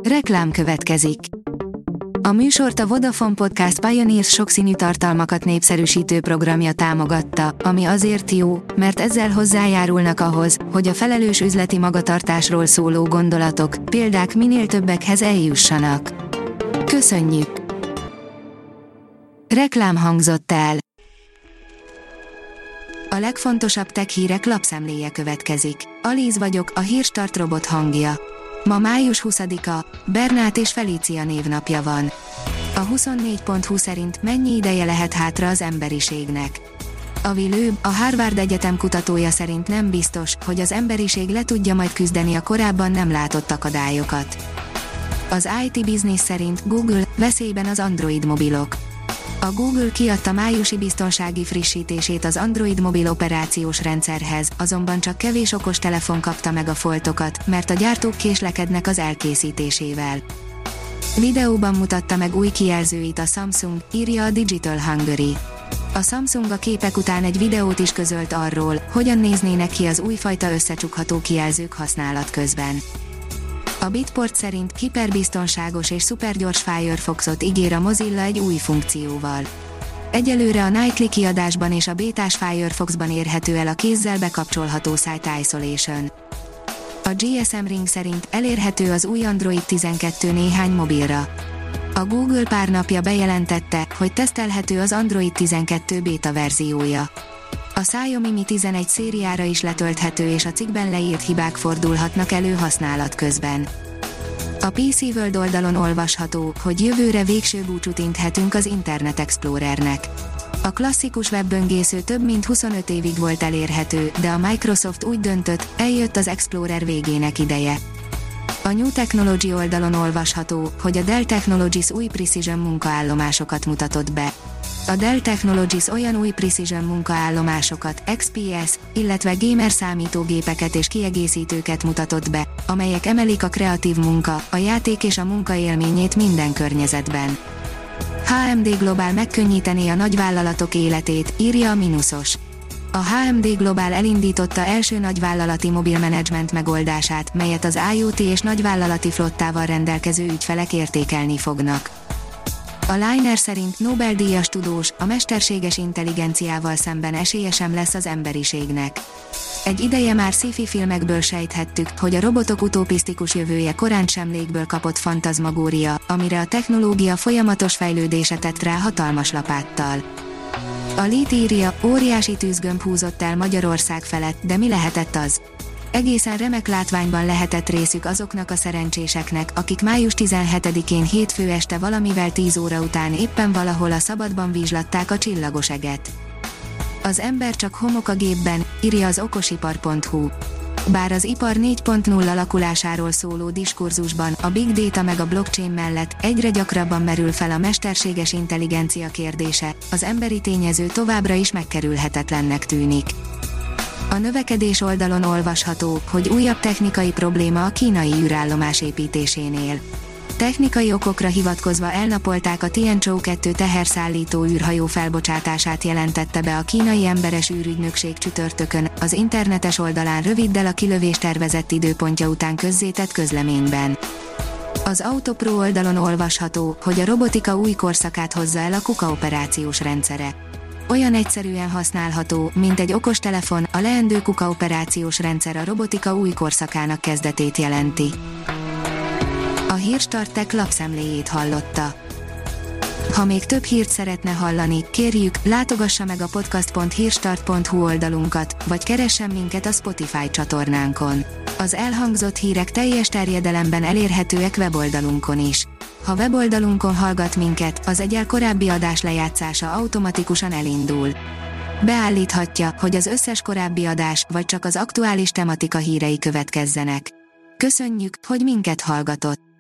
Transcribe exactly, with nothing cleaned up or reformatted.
Reklám következik. A műsort a Vodafone Podcast Pioneers sokszínű tartalmakat népszerűsítő programja támogatta, ami azért jó, mert ezzel hozzájárulnak ahhoz, hogy a felelős üzleti magatartásról szóló gondolatok, példák minél többekhez eljussanak. Köszönjük! Reklám hangzott el. A legfontosabb tech hírek lapszemléje következik. Alíz vagyok, a Hírstart robot hangja. Ma május huszadika, Bernát és Felícia névnapja van. A huszonnégy pont hu szerint mennyi ideje lehet hátra az emberiségnek. Avi Loeb, a Harvard Egyetem kutatója szerint nem biztos, hogy az emberiség le tudja majd küzdeni a korábban nem látott akadályokat. Az i té Business szerint Google, veszélyben az Android mobilok. A Google kiadta májusi biztonsági frissítését az Android mobil operációs rendszerhez, azonban csak kevés okostelefon kapta meg a foltokat, mert a gyártók késlekednek az elkészítésével. Videóban mutatta meg új kijelzőit a Samsung, írja a Digital Hungary. A Samsung a képek után egy videót is közölt arról, hogyan néznének ki az újfajta összecsukható kijelzők használat közben. A Bitport szerint hiperbiztonságos és szupergyors Firefoxot ígér a Mozilla egy új funkcióval. Egyelőre a Nightly kiadásban és a bétás Firefoxban érhető el a kézzel bekapcsolható Site Isolation. A gé es em Ring szerint elérhető az új Android tizenkettő néhány mobilra. A Google pár napja bejelentette, hogy tesztelhető az Android tizenkettő béta verziója. A Xiaomi Mi tizenegy szériára is letölthető és a cikkben leírt hibák fordulhatnak elő használat közben. A pé cé World oldalon olvasható, hogy jövőre végső búcsút inthetünk az Internet Explorernek. A klasszikus webböngésző több mint huszonöt évig volt elérhető, de a Microsoft úgy döntött, eljött az Explorer végének ideje. A New Technology oldalon olvasható, hogy a Dell Technologies új Precision munkaállomásokat mutatott be. A Dell Technologies olyan új Precision munkaállomásokat, iksz pé es, illetve gamer számítógépeket és kiegészítőket mutatott be, amelyek emelik a kreatív munka, a játék és a munka élményét minden környezetben. há em dé Global megkönnyítené a nagyvállalatok életét, írja a Minusos. A há em dé Global elindította első nagyvállalati mobilmenedzsment megoldását, melyet az IoT és nagyvállalati flottával rendelkező ügyfelek értékelni fognak. A Liner szerint Nobel-díjas tudós, a mesterséges intelligenciával szemben esélye sem lesz az emberiségnek. Egy ideje már sci-fi filmekből sejthettük, hogy a robotok utopisztikus jövője korán sem légből kapott fantazmagória, amire a technológia folyamatos fejlődése tett rá hatalmas lapáttal. A Lét írja, óriási tűzgömb húzott el Magyarország felett, de mi lehetett az? Egészen remek látványban lehetett részük azoknak a szerencséseknek, akik május tizenhetedikén hétfő este valamivel tíz óra után éppen valahol a szabadban vizslatták a csillagos eget. Az ember csak homok a gépben, írja az okosipar pont hu. Bár az ipar négy pont nulla alakulásáról szóló diskurzusban, a big data meg a blockchain mellett egyre gyakrabban merül fel a mesterséges intelligencia kérdése, az emberi tényező továbbra is megkerülhetetlennek tűnik. A növekedés oldalon olvasható, hogy újabb technikai probléma a kínai űrállomás építésénél. Technikai okokra hivatkozva elnapolták a Tianzhou kettő teherszállító űrhajó felbocsátását, jelentette be a kínai emberes űrügynökség csütörtökön, az internetes oldalán röviddel a kilövés tervezett időpontja után közzétett közleményben. Az Autopro oldalon olvasható, hogy a robotika új korszakát hozza el a KUKA operációs rendszere. Olyan egyszerűen használható, mint egy okostelefon, a leendő KUKA operációs rendszer a robotika új korszakának kezdetét jelenti. A Hírstart Tech lapszemléjét hallotta. Ha még több hírt szeretne hallani, kérjük, látogassa meg a podcast pont hírstart pont hu oldalunkat, vagy keressen minket a Spotify csatornánkon. Az elhangzott hírek teljes terjedelemben elérhetőek weboldalunkon is. Ha weboldalunkon hallgat minket, az egyel korábbi adás lejátszása automatikusan elindul. Beállíthatja, hogy az összes korábbi adás, vagy csak az aktuális tematika hírei következzenek. Köszönjük, hogy minket hallgatott!